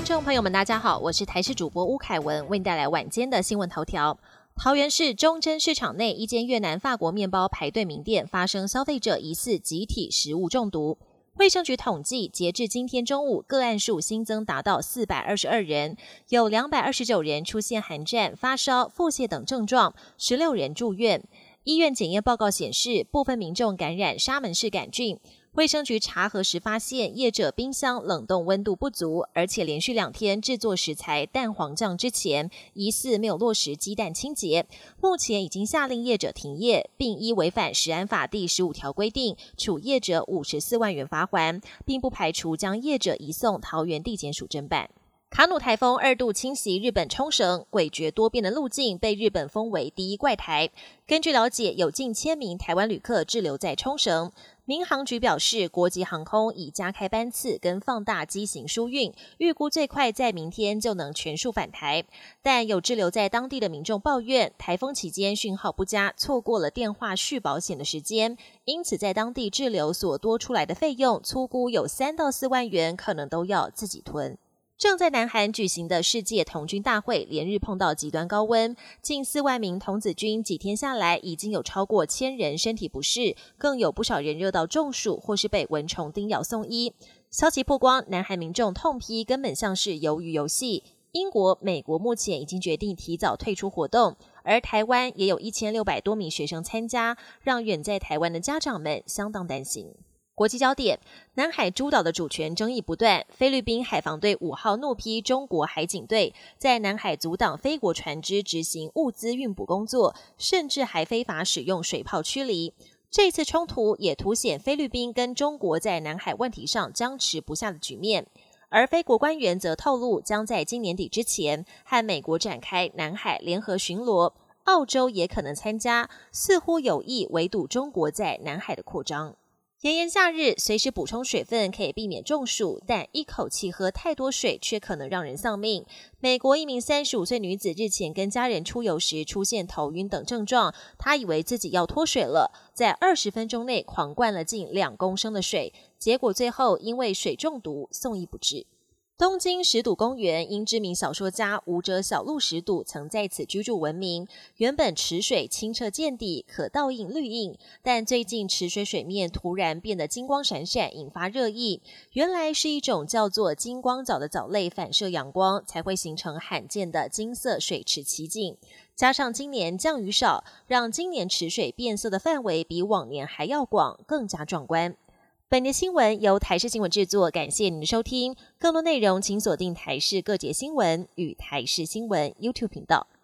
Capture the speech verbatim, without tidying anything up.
众朋友们大家好，我是台视主播吴凯文，为您带来晚间的新闻头条。桃园市中正市场内一间越南法国面包排队名店发生消费者疑似集体食物中毒。卫生局统计，截至今天中午，个案数新增达到四百二十二人，有两百二十九人出现寒战、发烧、腹泻等症状，十六人住院。医院检验报告显示，部分民众感染沙门氏杆菌。卫生局查核时发现，业者冰箱冷冻温度不足，而且连续两天制作食材蛋黄酱之前，疑似没有落实鸡蛋清洁。目前已经下令业者停业，并依违反食安法第十五条规定，处业者五十四万元罚锾，并不排除将业者移送桃园地检署侦办。卡努台风二度侵袭日本冲绳，诡谲多变的路径被日本封为第一怪台。根据了解，有近千名台湾旅客滞留在冲绳。民航局表示，国际航空已加开班次跟放大机型疏运，预估最快在明天就能全数返台。但有滞留在当地的民众抱怨，台风期间讯号不佳，错过了电话续保险的时间，因此在当地滞留所多出来的费用，粗估有三到四万元，可能都要自己吞。正在南韩举行的世界童军大会连日碰到极端高温，近四万名童子军几天下来已经有超过千人身体不适，更有不少人热到中暑或是被蚊虫叮咬送医。消息曝光，南韩民众痛批根本像是鱿鱼游戏。英国、美国目前已经决定提早退出活动，而台湾也有一千六百多名学生参加，让远在台湾的家长们相当担心。国际焦点，南海诸岛的主权争议不断，菲律宾海防队五号怒批中国海警队在南海阻挡菲国船只执行物资运补工作，甚至还非法使用水炮驱离。这次冲突也凸显菲律宾跟中国在南海问题上僵持不下的局面。而菲国官员则透露，将在今年底之前和美国展开南海联合巡逻，澳洲也可能参加，似乎有意围堵中国在南海的扩张。炎炎夏日，随时补充水分可以避免中暑，但一口气喝太多水却可能让人丧命。美国一名三十五岁女子日前跟家人出游时出现头晕等症状，她以为自己要脱水了，在二十分钟内狂灌了近两公升的水，结果最后因为水中毒送医不治。东京十堵公园因知名小说家舞者小鹿十堵曾在此居住闻名，原本池水清澈见底，可倒映绿荫，但最近池水水面突然变得金光闪闪，引发热议。原来是一种叫做金光藻的藻类反射阳光，才会形成罕见的金色水池奇景。加上今年降雨少，让今年池水变色的范围比往年还要广，更加壮观。本节新闻由台视新闻制作，感谢您的收听。更多内容请锁定台视各节新闻与台视新闻 YouTube 频道。